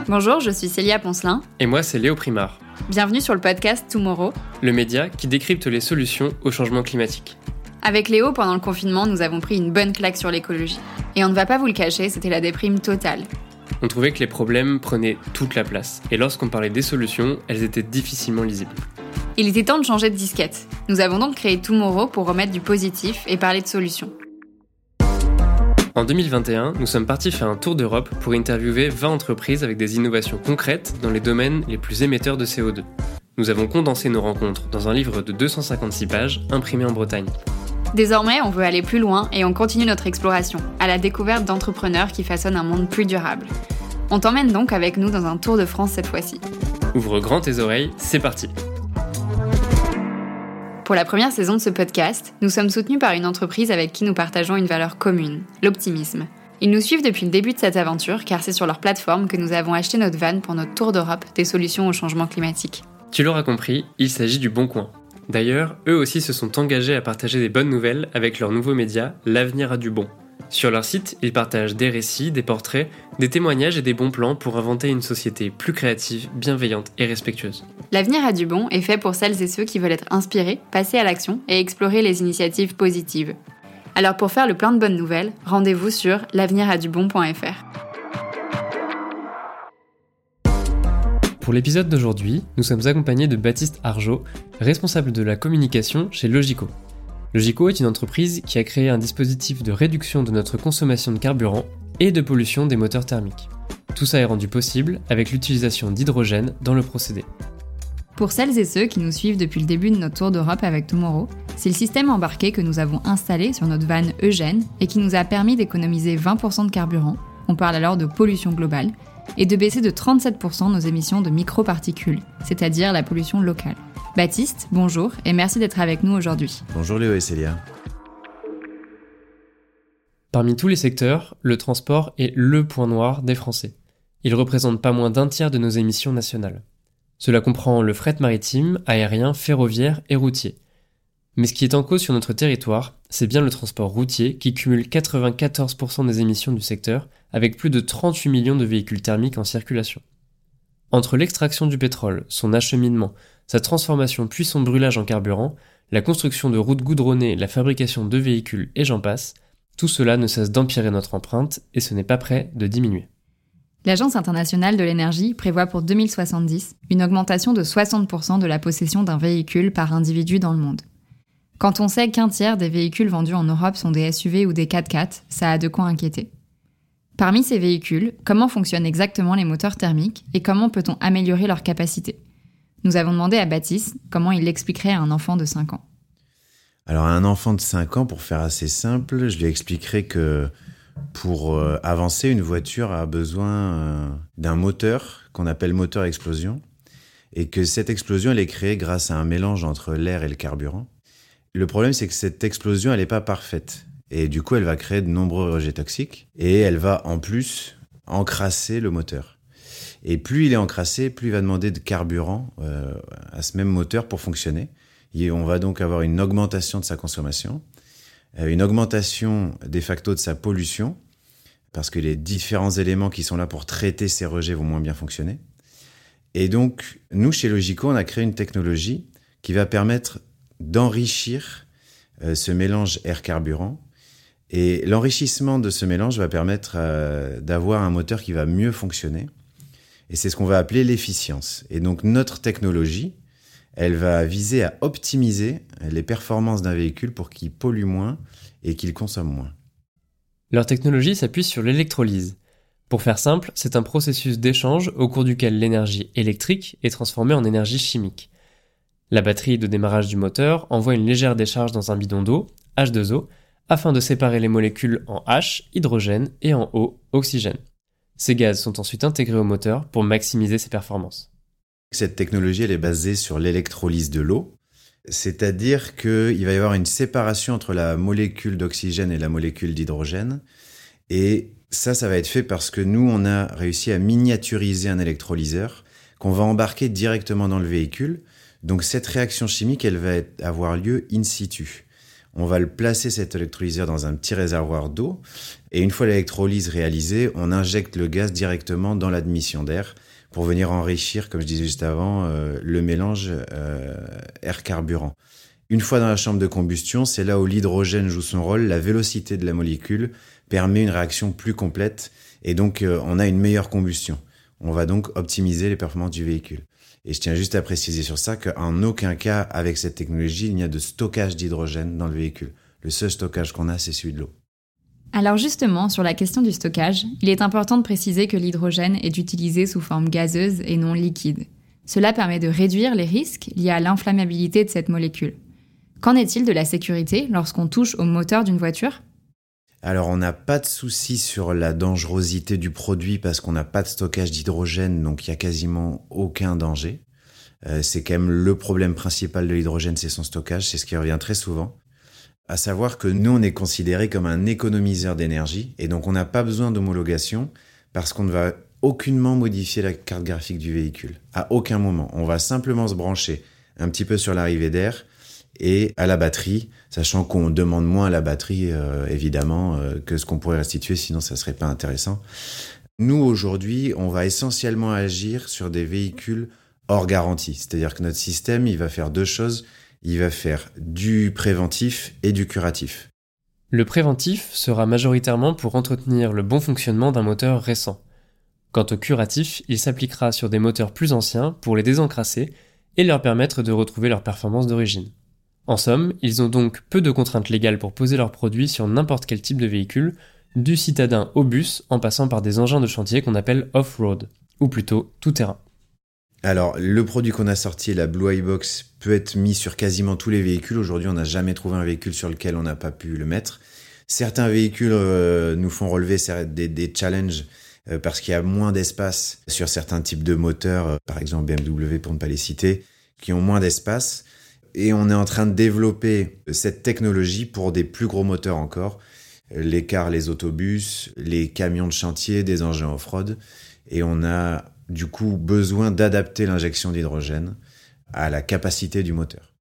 Bonjour, je suis Célia Poncelin. Et moi, c'est Léo Primard. Bienvenue sur le podcast Tomorrow, le média qui décrypte les solutions au changement climatique. Avec Léo, pendant le confinement, nous avons pris une bonne claque sur l'écologie. Et on ne va pas vous le cacher, c'était la déprime totale. On trouvait que les problèmes prenaient toute la place. Et lorsqu'on parlait des solutions, elles étaient difficilement lisibles. Il était temps de changer de disquette. Nous avons donc créé Tomorrow pour remettre du positif et parler de solutions. En 2021, nous sommes partis faire un tour d'Europe pour interviewer 20 entreprises avec des innovations concrètes dans les domaines les plus émetteurs de CO2. Nous avons condensé nos rencontres dans un livre de 256 pages imprimé en Bretagne. Désormais, on veut aller plus loin et on continue notre exploration, à la découverte d'entrepreneurs qui façonnent un monde plus durable. On t'emmène donc avec nous dans un tour de France cette fois-ci. Ouvre grand tes oreilles, c'est parti. Pour la première saison de ce podcast, nous sommes soutenus par une entreprise avec qui nous partageons une valeur commune, l'optimisme. Ils nous suivent depuis le début de cette aventure car c'est sur leur plateforme que nous avons acheté notre van pour notre tour d'Europe des solutions au changement climatique. Tu l'auras compris, il s'agit du Bon Coin. D'ailleurs, eux aussi se sont engagés à partager des bonnes nouvelles avec leur nouveau média, L'Avenir a du bon. Sur leur site, ils partagent des récits, des portraits, des témoignages et des bons plans pour inventer une société plus créative, bienveillante et respectueuse. L'Avenir a du bon est fait pour celles et ceux qui veulent être inspirés, passer à l'action et explorer les initiatives positives. Alors pour faire le plein de bonnes nouvelles, rendez-vous sur l'avenir-a-du-bon.fr. Pour l'épisode d'aujourd'hui, nous sommes accompagnés de Baptiste Arjot, responsable de la communication chez Logico. Logico est une entreprise qui a créé un dispositif de réduction de notre consommation de carburant et de pollution des moteurs thermiques. Tout ça est rendu possible avec l'utilisation d'hydrogène dans le procédé. Pour celles et ceux qui nous suivent depuis le début de notre tour d'Europe avec Tomorrow, c'est le système embarqué que nous avons installé sur notre van Eugène et qui nous a permis d'économiser 20% de carburant, on parle alors de pollution globale, et de baisser de 37% nos émissions de microparticules, c'est-à-dire la pollution locale. Baptiste, bonjour et merci d'être avec nous aujourd'hui. Bonjour Léo et Célia. Parmi tous les secteurs, le transport est le point noir des Français. Il représente pas moins d'un tiers de nos émissions nationales. Cela comprend le fret maritime, aérien, ferroviaire et routier. Mais ce qui est en cause sur notre territoire, c'est bien le transport routier qui cumule 94% des émissions du secteur, avec plus de 38 millions de véhicules thermiques en circulation. Entre l'extraction du pétrole, son acheminement, sa transformation puis son brûlage en carburant, la construction de routes goudronnées, la fabrication de véhicules et j'en passe, tout cela ne cesse d'empirer notre empreinte et ce n'est pas prêt de diminuer. L'Agence internationale de l'énergie prévoit pour 2070 une augmentation de 60% de la possession d'un véhicule par individu dans le monde. Quand on sait qu'un tiers des véhicules vendus en Europe sont des SUV ou des 4x4, ça a de quoi inquiéter. Parmi ces véhicules, comment fonctionnent exactement les moteurs thermiques et comment peut-on améliorer leur capacité ? Nous avons demandé à Baptiste comment il l'expliquerait à un enfant de 5 ans. Alors à un enfant de 5 ans, pour faire assez simple, je lui expliquerai que pour avancer, une voiture a besoin d'un moteur qu'on appelle moteur explosion et que cette explosion elle est créée grâce à un mélange entre l'air et le carburant. Le problème, c'est que cette explosion, elle n'est pas parfaite. Et du coup, elle va créer de nombreux rejets toxiques. Et elle va, en plus, encrasser le moteur. Et plus il est encrassé, plus il va demander de carburant à ce même moteur pour fonctionner. Et on va donc avoir une augmentation de sa consommation, une augmentation de facto de sa pollution, parce que les différents éléments qui sont là pour traiter ces rejets vont moins bien fonctionner. Et donc, nous, chez Logico, on a créé une technologie qui va permettre d'enrichir ce mélange air-carburant. Et l'enrichissement de ce mélange va permettre d'avoir un moteur qui va mieux fonctionner. Et c'est ce qu'on va appeler l'efficience. Et donc notre technologie, elle va viser à optimiser les performances d'un véhicule pour qu'il pollue moins et qu'il consomme moins. Leur technologie s'appuie sur l'électrolyse. Pour faire simple, c'est un processus d'échange au cours duquel l'énergie électrique est transformée en énergie chimique. La batterie de démarrage du moteur envoie une légère décharge dans un bidon d'eau, H2O, afin de séparer les molécules en H, hydrogène, et en O, oxygène. Ces gaz sont ensuite intégrés au moteur pour maximiser ses performances. Cette technologie, elle est basée sur l'électrolyse de l'eau, c'est-à-dire qu'il va y avoir une séparation entre la molécule d'oxygène et la molécule d'hydrogène, et ça va être fait parce que nous, on a réussi à miniaturiser un électrolyseur qu'on va embarquer directement dans le véhicule. Donc cette réaction chimique, elle va avoir lieu in situ. On va le placer, cet électrolyseur, dans un petit réservoir d'eau. Et une fois l'électrolyse réalisée, on injecte le gaz directement dans l'admission d'air pour venir enrichir, comme je disais juste avant, le mélange air-carburant. Une fois dans la chambre de combustion, c'est là où l'hydrogène joue son rôle. La vélocité de la molécule permet une réaction plus complète et donc on a une meilleure combustion. On va donc optimiser les performances du véhicule. Et je tiens juste à préciser sur ça qu'en aucun cas, avec cette technologie, il n'y a de stockage d'hydrogène dans le véhicule. Le seul stockage qu'on a, c'est celui de l'eau. Alors justement, sur la question du stockage, il est important de préciser que l'hydrogène est utilisé sous forme gazeuse et non liquide. Cela permet de réduire les risques liés à l'inflammabilité de cette molécule. Qu'en est-il de la sécurité lorsqu'on touche au moteur d'une voiture ? Alors, on n'a pas de souci sur la dangerosité du produit parce qu'on n'a pas de stockage d'hydrogène, donc il n'y a quasiment aucun danger. C'est quand même le problème principal de l'hydrogène, c'est son stockage, c'est ce qui revient très souvent. À savoir que nous, on est considéré comme un économiseur d'énergie et donc on n'a pas besoin d'homologation parce qu'on ne va aucunement modifier la carte graphique du véhicule. À aucun moment. On va simplement se brancher un petit peu sur l'arrivée d'air et à la batterie, sachant qu'on demande moins à la batterie, évidemment, que ce qu'on pourrait restituer, sinon ça serait pas intéressant. Nous, aujourd'hui, on va essentiellement agir sur des véhicules hors garantie. C'est-à-dire que notre système, il va faire deux choses. Il va faire du préventif et du curatif. Le préventif sera majoritairement pour entretenir le bon fonctionnement d'un moteur récent. Quant au curatif, il s'appliquera sur des moteurs plus anciens pour les désencrasser et leur permettre de retrouver leur performance d'origine. En somme, ils ont donc peu de contraintes légales pour poser leurs produits sur n'importe quel type de véhicule, du citadin au bus en passant par des engins de chantier qu'on appelle off-road, ou plutôt tout-terrain. Alors, le produit qu'on a sorti, la Blue iBox, peut être mis sur quasiment tous les véhicules. Aujourd'hui, on n'a jamais trouvé un véhicule sur lequel on n'a pas pu le mettre. Certains véhicules nous font relever des challenges parce qu'il y a moins d'espace sur certains types de moteurs, par exemple BMW pour ne pas les citer, qui ont moins d'espace. Et on est en train de développer cette technologie pour des plus gros moteurs encore, les cars, les autobus, les camions de chantier, des engins off-road. Et on a du coup besoin d'adapter l'injection d'hydrogène à la capacité du moteur.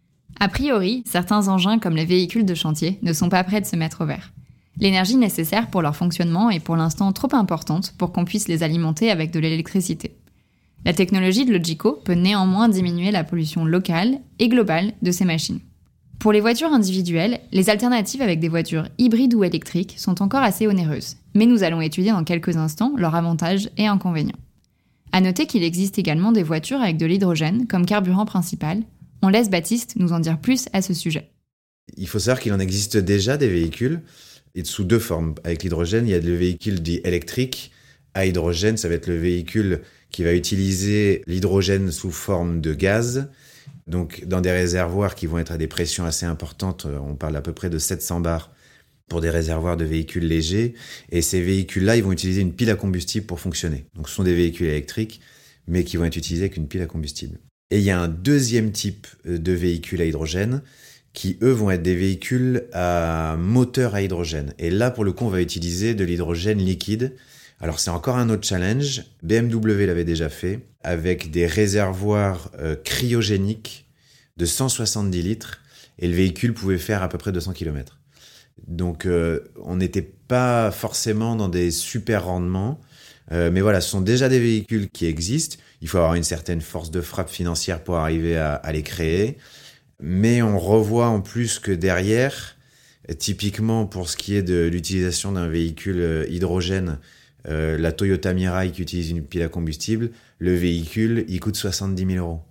A priori, certains engins comme les véhicules de chantier ne sont pas prêts de se mettre au vert. L'énergie nécessaire pour leur fonctionnement est pour l'instant trop importante pour qu'on puisse les alimenter avec de l'électricité. La technologie de Logico peut néanmoins diminuer la pollution locale et globale de ces machines. Pour les voitures individuelles, les alternatives avec des voitures hybrides ou électriques sont encore assez onéreuses, mais nous allons étudier dans quelques instants leurs avantages et inconvénients. À noter qu'il existe également des voitures avec de l'hydrogène comme carburant principal. On laisse Baptiste nous en dire plus à ce sujet. Il faut savoir qu'il en existe déjà des véhicules sous deux formes. Avec l'hydrogène, il y a le véhicule dit électrique à hydrogène, ça va être le véhicule qui va utiliser l'hydrogène sous forme de gaz, donc dans des réservoirs qui vont être à des pressions assez importantes, on parle à peu près de 700 bars pour des réservoirs de véhicules légers, et ces véhicules-là, ils vont utiliser une pile à combustible pour fonctionner. Donc ce sont des véhicules électriques, mais qui vont être utilisés avec une pile à combustible. Et il y a un deuxième type de véhicules à hydrogène, qui eux vont être des véhicules à moteur à hydrogène. Et là, pour le coup, on va utiliser de l'hydrogène liquide. Alors c'est encore un autre challenge, BMW l'avait déjà fait, avec des réservoirs cryogéniques de 170 litres, et le véhicule pouvait faire à peu près 200 km. Donc on n'était pas forcément dans des super rendements, mais voilà, ce sont déjà des véhicules qui existent, il faut avoir une certaine force de frappe financière pour arriver à les créer, mais on revoit en plus que derrière, typiquement pour ce qui est de l'utilisation d'un véhicule hydrogène, la Toyota Mirai qui utilise une pile à combustible, le véhicule, il coûte 70 000 €.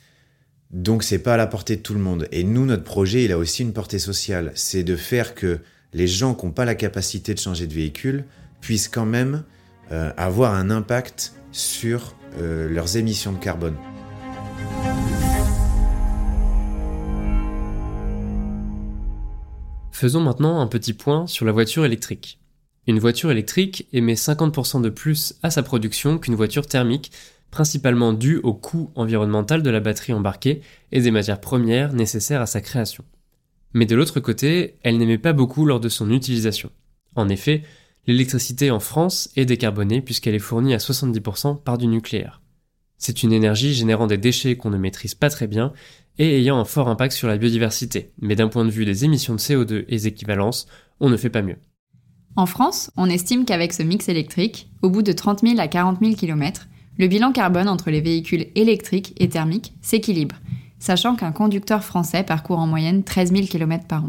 Donc c'est pas à la portée de tout le monde. Et nous, notre projet, il a aussi une portée sociale. C'est de faire que les gens qui n'ont pas la capacité de changer de véhicule puissent quand même avoir un impact sur leurs émissions de carbone. Faisons maintenant un petit point sur la voiture électrique. Une voiture électrique émet 50% de plus à sa production qu'une voiture thermique, principalement due au coût environnemental de la batterie embarquée et des matières premières nécessaires à sa création. Mais de l'autre côté, elle n'émet pas beaucoup lors de son utilisation. En effet, l'électricité en France est décarbonée puisqu'elle est fournie à 70% par du nucléaire. C'est une énergie générant des déchets qu'on ne maîtrise pas très bien et ayant un fort impact sur la biodiversité. Mais d'un point de vue des émissions de CO2 et des équivalences, on ne fait pas mieux. En France, on estime qu'avec ce mix électrique, au bout de 30 000 à 40 000 km, le bilan carbone entre les véhicules électriques et thermiques s'équilibre, sachant qu'un conducteur français parcourt en moyenne 13 000 km par an.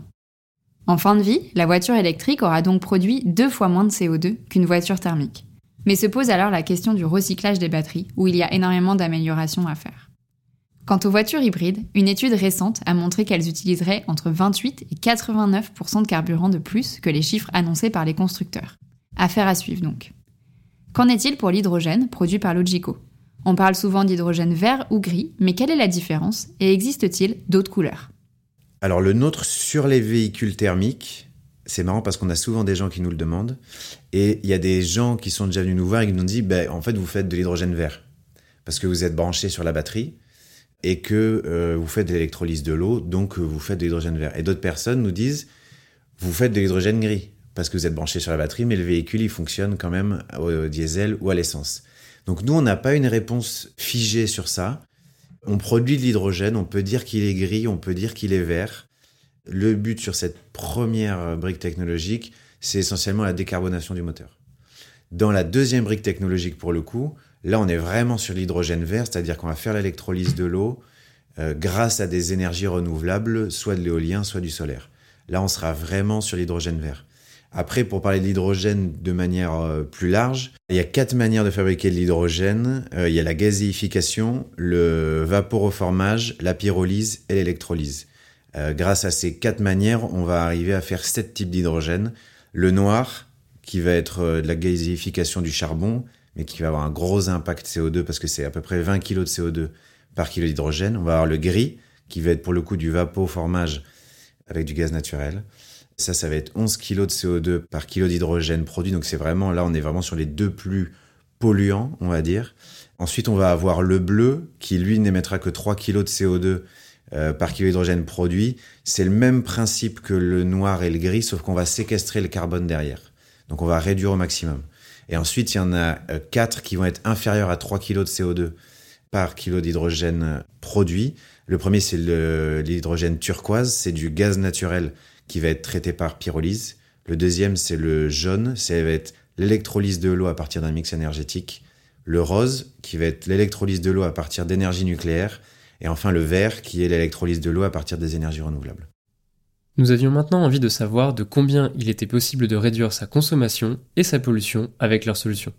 En fin de vie, la voiture électrique aura donc produit 2 fois moins de CO2 qu'une voiture thermique. Mais se pose alors la question du recyclage des batteries, où il y a énormément d'améliorations à faire. Quant aux voitures hybrides, une étude récente a montré qu'elles utiliseraient entre 28 et 89% de carburant de plus que les chiffres annoncés par les constructeurs. Affaire à suivre donc. Qu'en est-il pour l'hydrogène produit par Logico ? On parle souvent d'hydrogène vert ou gris, mais quelle est la différence et existe-t-il d'autres couleurs ? Alors le nôtre sur les véhicules thermiques, c'est marrant parce qu'on a souvent des gens qui nous le demandent. Et il y a des gens qui sont déjà venus nous voir et qui nous disent en fait vous faites de l'hydrogène vert. Parce que vous êtes branché sur la batterie et que vous faites de l'électrolyse de l'eau, donc vous faites de l'hydrogène vert. Et d'autres personnes nous disent vous faites de l'hydrogène gris. Parce que vous êtes branché sur la batterie, mais le véhicule il fonctionne quand même au diesel ou à l'essence. Donc nous on n'a pas une réponse figée sur ça. On produit de l'hydrogène, on peut dire qu'il est gris, on peut dire qu'il est vert. Le but sur cette première brique technologique, c'est essentiellement la décarbonation du moteur. Dans la deuxième brique technologique, pour le coup, là, on est vraiment sur l'hydrogène vert, c'est-à-dire qu'on va faire l'électrolyse de l'eau grâce à des énergies renouvelables, soit de l'éolien, soit du solaire. Là, on sera vraiment sur l'hydrogène vert. Après, pour parler de l'hydrogène de manière plus large, il y a 4 manières de fabriquer de l'hydrogène. Il y a la gazéification, le vaporoformage, la pyrolyse et l'électrolyse. Grâce à ces 4 manières, on va arriver à faire 7 types d'hydrogène. Le noir, qui va être de la gazéification du charbon, mais qui va avoir un gros impact CO2 parce que c'est à peu près 20 kg de CO2 par kilo d'hydrogène. On va avoir le gris, qui va être pour le coup du vaporoformage avec du gaz naturel. Ça va être 11 kg de CO2 par kilo d'hydrogène produit. Donc c'est vraiment, là, on est vraiment sur les 2 plus polluants, on va dire. Ensuite, on va avoir le bleu, qui lui n'émettra que 3 kg de CO2 par kilo d'hydrogène produit. C'est le même principe que le noir et le gris, sauf qu'on va séquestrer le carbone derrière. Donc on va réduire au maximum. Et ensuite, il y en a 4 qui vont être inférieurs à 3 kg de CO2 par kilo d'hydrogène produit. Le premier, c'est l'hydrogène turquoise, c'est du gaz naturel qui va être traité par pyrolyse. Le deuxième, c'est le jaune, ça va être l'électrolyse de l'eau à partir d'un mix énergétique. Le rose, qui va être l'électrolyse de l'eau à partir d'énergie nucléaire. Et enfin, le vert, qui est l'électrolyse de l'eau à partir des énergies renouvelables. Nous avions maintenant envie de savoir de combien il était possible de réduire sa consommation et sa pollution avec leur solution.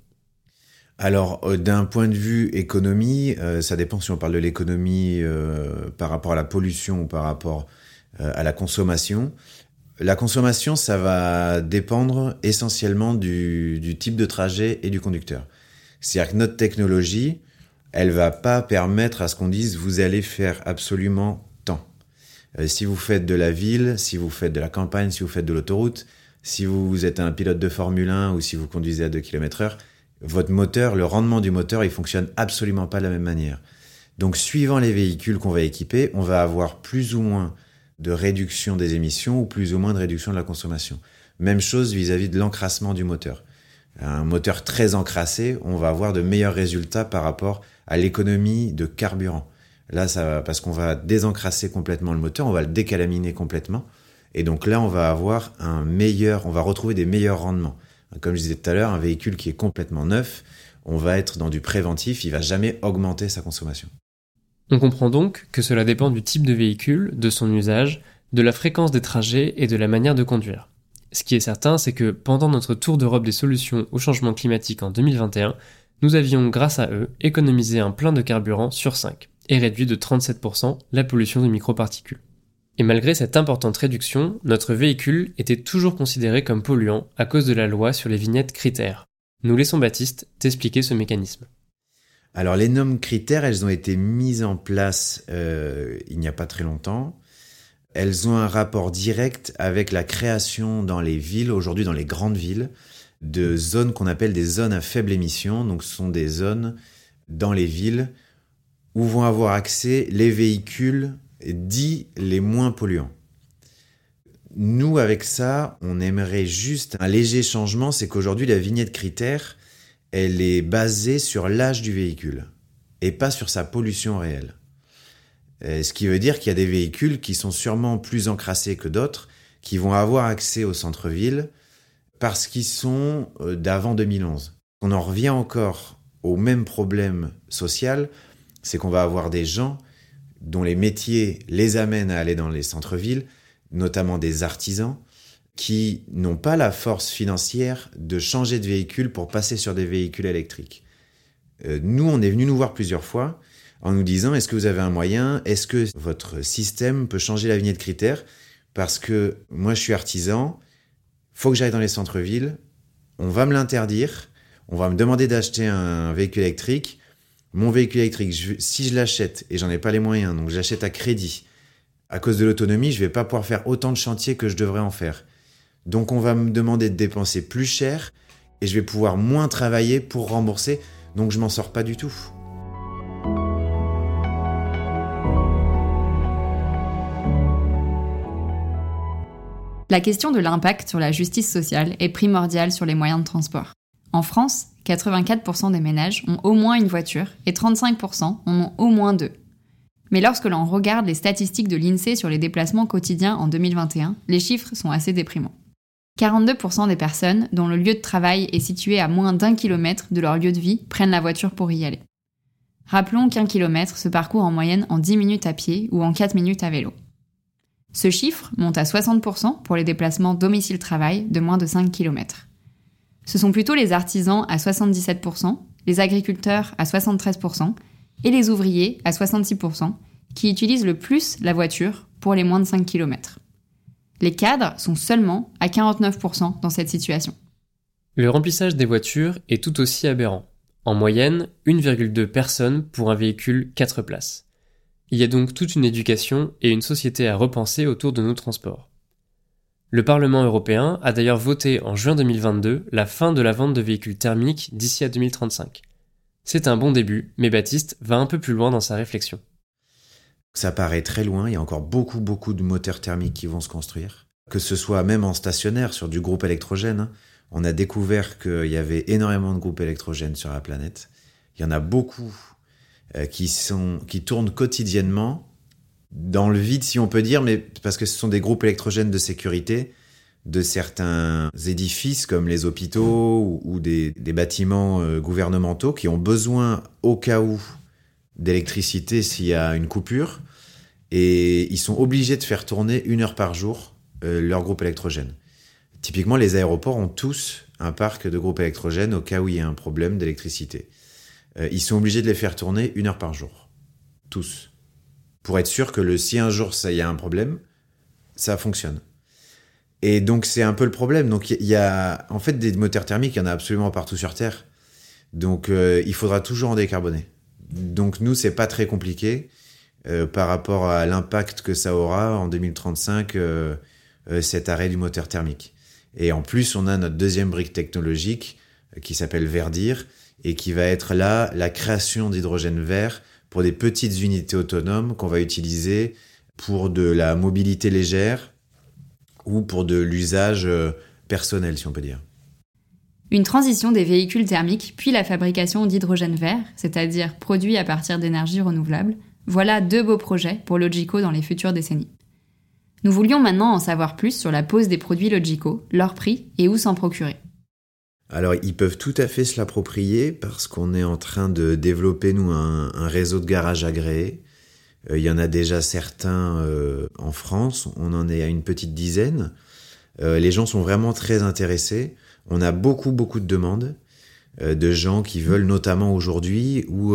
Alors, d'un point de vue économie, ça dépend si on parle de l'économie par rapport à la pollution ou par rapport à la consommation. La consommation, ça va dépendre essentiellement du type de trajet et du conducteur. C'est-à-dire que notre technologie, elle va pas permettre à ce qu'on dise vous allez faire absolument tant. Si vous faites de la ville, si vous faites de la campagne, si vous faites de l'autoroute, si vous êtes un pilote de Formule 1 ou si vous conduisez à 2 km/h, votre moteur, le rendement du moteur, il fonctionne absolument pas de la même manière. Donc, suivant les véhicules qu'on va équiper, on va avoir plus ou moins de réduction des émissions ou plus ou moins de réduction de la consommation. Même chose vis-à-vis de l'encrassement du moteur. Un moteur très encrassé, on va avoir de meilleurs résultats par rapport à l'économie de carburant. Là, ça va, parce qu'on va désencrasser complètement le moteur, on va le décalaminer complètement. Et donc là, on va avoir on va retrouver des meilleurs rendements. Comme je disais tout à l'heure, un véhicule qui est complètement neuf, on va être dans du préventif, il va jamais augmenter sa consommation. On comprend donc que cela dépend du type de véhicule, de son usage, de la fréquence des trajets et de la manière de conduire. Ce qui est certain, c'est que pendant notre tour d'Europe des solutions au changement climatique en 2021, nous avions, grâce à eux, économisé un plein de carburant sur 5 et réduit de 37% la pollution de microparticules. Et malgré cette importante réduction, notre véhicule était toujours considéré comme polluant à cause de la loi sur les vignettes critères. Nous laissons Baptiste t'expliquer ce mécanisme. Alors les normes critères, elles ont été mises en place il n'y a pas très longtemps. Elles ont un rapport direct avec la création dans les villes, aujourd'hui dans les grandes villes, de zones qu'on appelle des zones à faible émission. Donc ce sont des zones dans les villes où vont avoir accès les véhicules dits les moins polluants. Nous, avec ça, on aimerait juste un léger changement, c'est qu'aujourd'hui, la vignette critère, elle est basée sur l'âge du véhicule. et pas sur sa pollution réelle. Ce qui veut dire qu'il y a des véhicules qui sont sûrement plus encrassés que d'autres, qui vont avoir accès au centre-ville parce qu'ils sont d'avant 2011. On en revient encore au même problème social, c'est qu'on va avoir des gens dont les métiers les amènent à aller dans les centres-villes, notamment des artisans, qui n'ont pas la force financière de changer de véhicule pour passer sur des véhicules électriques. Nous, on est venu nous voir plusieurs fois en nous disant « Est-ce que vous avez un moyen ? Est-ce que votre système peut changer la vignette critère ? Parce que moi, je suis artisan, faut que j'aille dans les centres-villes, on va me l'interdire, on va me demander d'acheter un véhicule électrique. Mon véhicule électrique, si je l'achète, et j'en ai pas les moyens, donc j'achète à crédit, à cause de l'autonomie, je vais pas pouvoir faire autant de chantiers que je devrais en faire. Donc on va me demander de dépenser plus cher, et je vais pouvoir moins travailler pour rembourser, donc je m'en sors pas du tout. La question de l'impact sur la justice sociale est primordiale sur les moyens de transport. En France, 84% des ménages ont au moins une voiture et 35% en ont au moins deux. Mais lorsque l'on regarde les statistiques de l'INSEE sur les déplacements quotidiens en 2021, les chiffres sont assez déprimants. 42% des personnes dont le lieu de travail est situé à moins d'1 kilomètre de leur lieu de vie prennent la voiture pour y aller. Rappelons qu'1 kilomètre se parcourt en moyenne en 10 minutes à pied ou en 4 minutes à vélo. Ce chiffre monte à 60% pour les déplacements domicile-travail de moins de 5 km. Ce sont plutôt les artisans à 77%, les agriculteurs à 73% et les ouvriers à 66% qui utilisent le plus la voiture pour les moins de 5 km. Les cadres sont seulement à 49% dans cette situation. Le remplissage des voitures est tout aussi aberrant. En moyenne, 1,2 personnes pour un véhicule 4 places. Il y a donc toute une éducation et une société à repenser autour de nos transports. Le Parlement européen a d'ailleurs voté en juin 2022 la fin de la vente de véhicules thermiques d'ici à 2035. C'est un bon début, mais Baptiste va un peu plus loin dans sa réflexion. Ça paraît très loin, il y a encore beaucoup de moteurs thermiques qui vont se construire. Que ce soit même en stationnaire, sur du groupe électrogène, on a découvert qu'il y avait énormément de groupes électrogènes sur la planète. Il y en a beaucoup qui tournent quotidiennement dans le vide, si on peut dire, mais parce que ce sont des groupes électrogènes de sécurité de certains édifices comme les hôpitaux ou des bâtiments gouvernementaux qui ont besoin au cas où d'électricité s'il y a une coupure, et ils sont obligés de faire tourner 1 heure par jour leur groupe électrogène. Typiquement, les aéroports ont tous un parc de groupes électrogènes au cas où il y a un problème d'électricité. Ils sont obligés de les faire tourner 1 heure par jour. Tous. Pour être sûr que si un jour il y a un problème, ça fonctionne. Et donc c'est un peu le problème. Donc il y a en fait des moteurs thermiques, il y en a absolument partout sur Terre. Donc il faudra toujours en décarboner. Donc nous, c'est pas très compliqué par rapport à l'impact que ça aura en 2035, cet arrêt du moteur thermique. Et en plus, on a notre deuxième brique technologique qui s'appelle Verdir, et qui va être là la création d'hydrogène vert pour des petites unités autonomes qu'on va utiliser pour de la mobilité légère ou pour de l'usage personnel, si on peut dire. Une transition des véhicules thermiques, puis la fabrication d'hydrogène vert, c'est-à-dire produit à partir d'énergies renouvelables, voilà 2 beaux projets pour Logico dans les futures décennies. Nous voulions maintenant en savoir plus sur la pose des produits Logico, leur prix et où s'en procurer. Alors, ils peuvent tout à fait se l'approprier parce qu'on est en train de développer, nous, un réseau de garages agréés. Il y en a déjà certains en France, on en est à une petite dizaine. Les gens sont vraiment très intéressés. On a beaucoup de demandes de gens qui veulent, notamment aujourd'hui, où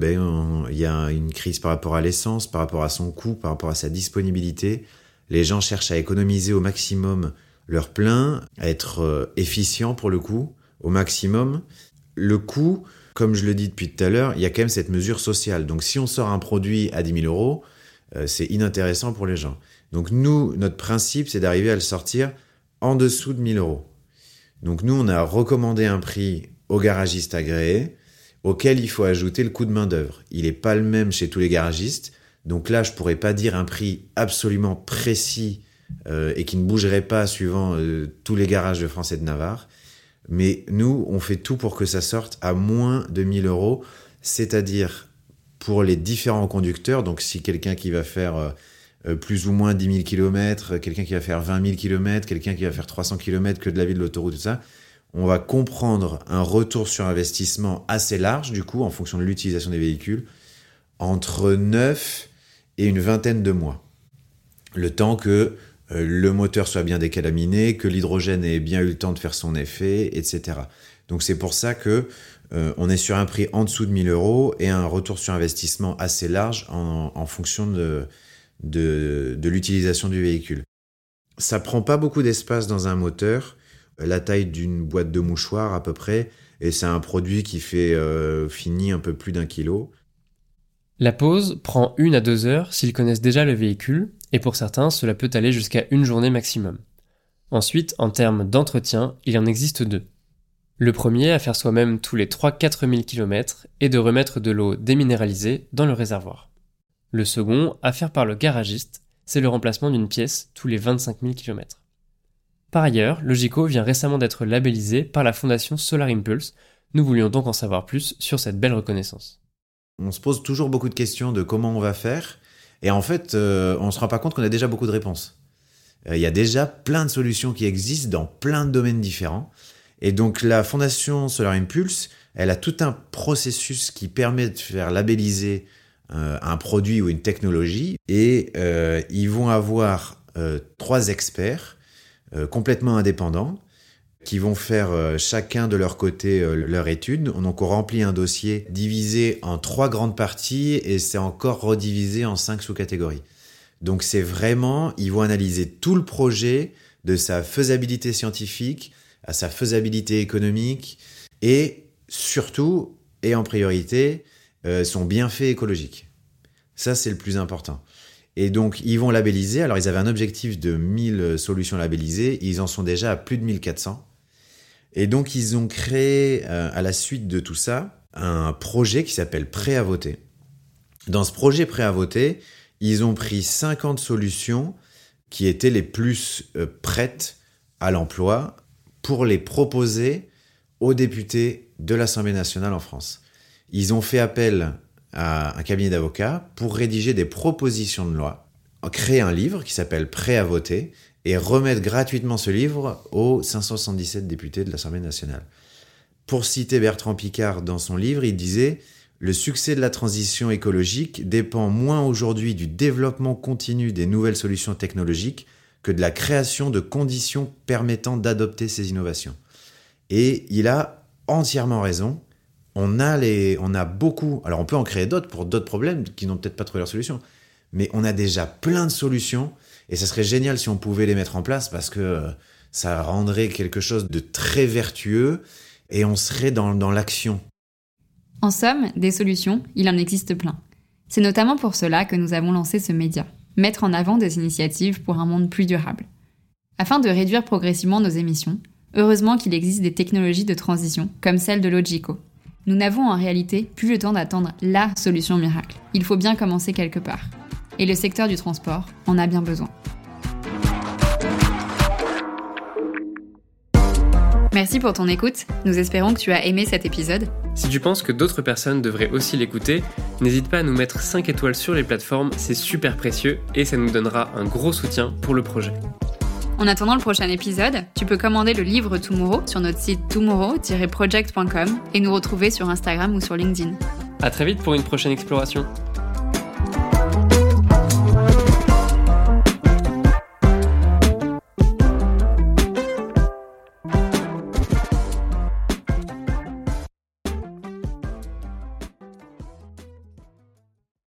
il y a une crise par rapport à l'essence, par rapport à son coût, par rapport à sa disponibilité. Les gens cherchent à économiser au maximum leur plein, à être efficients pour le coup, au maximum. Le coût, comme je le dis depuis tout à l'heure, il y a quand même cette mesure sociale. Donc si on sort un produit à 10 000 euros, c'est inintéressant pour les gens. Donc nous, notre principe, c'est d'arriver à le sortir en dessous de 1 000 euros. Donc nous, on a recommandé un prix aux garagistes agréés, auquel il faut ajouter le coût de main-d'œuvre. Il n'est pas le même chez tous les garagistes. Donc là, je pourrais pas dire un prix absolument précis et qui ne bougerait pas suivant tous les garages de France et de Navarre. Mais nous, on fait tout pour que ça sorte à moins de 1 000 euros, c'est-à-dire pour les différents conducteurs. Donc, si quelqu'un qui va faire plus ou moins 10 000 km, quelqu'un qui va faire 20 000 km, quelqu'un qui va faire 300 km que de la ville, de l'autoroute, tout ça, on va comprendre un retour sur investissement assez large, du coup, en fonction de l'utilisation des véhicules, entre 9 et une vingtaine de mois. Le temps que le moteur soit bien décalaminé, que l'hydrogène ait bien eu le temps de faire son effet, etc. Donc c'est pour ça que on est sur un prix en dessous de 1 000 € et un retour sur investissement assez large en fonction de l'utilisation du véhicule. Ça prend pas beaucoup d'espace dans un moteur, la taille d'une boîte de mouchoirs à peu près, et c'est un produit qui fait fini un peu plus d'1 kilo. La pause prend 1 à 2 heures s'ils connaissent déjà le véhicule, et pour certains, cela peut aller jusqu'à 1 journée maximum. Ensuite, en termes d'entretien, il en existe 2. Le premier à faire soi-même tous les 3-4 000 km et de remettre de l'eau déminéralisée dans le réservoir. Le second, à faire par le garagiste, c'est le remplacement d'une pièce tous les 25 000 km. Par ailleurs, Logico vient récemment d'être labellisé par la fondation Solar Impulse. Nous voulions donc en savoir plus sur cette belle reconnaissance. On se pose toujours beaucoup de questions de comment on va faire, et en fait, on ne se rend pas compte qu'on a déjà beaucoup de réponses. Il y a déjà plein de solutions qui existent dans plein de domaines différents, et donc la fondation Solar Impulse, elle a tout un processus qui permet de faire labelliser un produit ou une technologie, et ils vont avoir 3 experts complètement indépendants qui vont faire chacun de leur côté leur étude. Donc on remplit un dossier divisé en 3 grandes parties et c'est encore redivisé en 5 sous-catégories. Donc c'est vraiment, ils vont analyser tout le projet de sa faisabilité scientifique à sa faisabilité économique et surtout, et en priorité, son bienfait écologique. Ça, c'est le plus important. Et donc, ils vont labelliser. Alors, ils avaient un objectif de 1000 solutions labellisées. Ils en sont déjà à plus de 1400. Et donc, ils ont créé, à la suite de tout ça, un projet qui s'appelle Prêt à voter. Dans ce projet Prêt à voter, ils ont pris 50 solutions qui étaient les plus prêtes à l'emploi pour les proposer aux députés de l'Assemblée nationale en France. Ils ont fait appel à un cabinet d'avocats pour rédiger des propositions de loi, créer un livre qui s'appelle Prêt à voter et remettre gratuitement ce livre aux 577 députés de l'Assemblée nationale. Pour citer Bertrand Piccard dans son livre, il disait « Le succès de la transition écologique dépend moins aujourd'hui du développement continu des nouvelles solutions technologiques que de la création de conditions permettant d'adopter ces innovations. » Et il a entièrement raison. On a beaucoup, alors on peut en créer d'autres pour d'autres problèmes qui n'ont peut-être pas trouvé leur solution, mais on a déjà plein de solutions et ça serait génial si on pouvait les mettre en place parce que ça rendrait quelque chose de très vertueux et on serait dans l'action. En somme, des solutions, il en existe plein. C'est notamment pour cela que nous avons lancé ce média, mettre en avant des initiatives pour un monde plus durable. Afin de réduire progressivement nos émissions, heureusement qu'il existe des technologies de transition comme celle de Logico. Nous n'avons en réalité plus le temps d'attendre la solution miracle. Il faut bien commencer quelque part. Et le secteur du transport en a bien besoin. Merci pour ton écoute. Nous espérons que tu as aimé cet épisode. Si tu penses que d'autres personnes devraient aussi l'écouter, n'hésite pas à nous mettre 5 étoiles sur les plateformes, c'est super précieux et ça nous donnera un gros soutien pour le projet. En attendant le prochain épisode, tu peux commander le livre Tomorrow sur notre site tomorrow-project.com et nous retrouver sur Instagram ou sur LinkedIn. À très vite pour une prochaine exploration.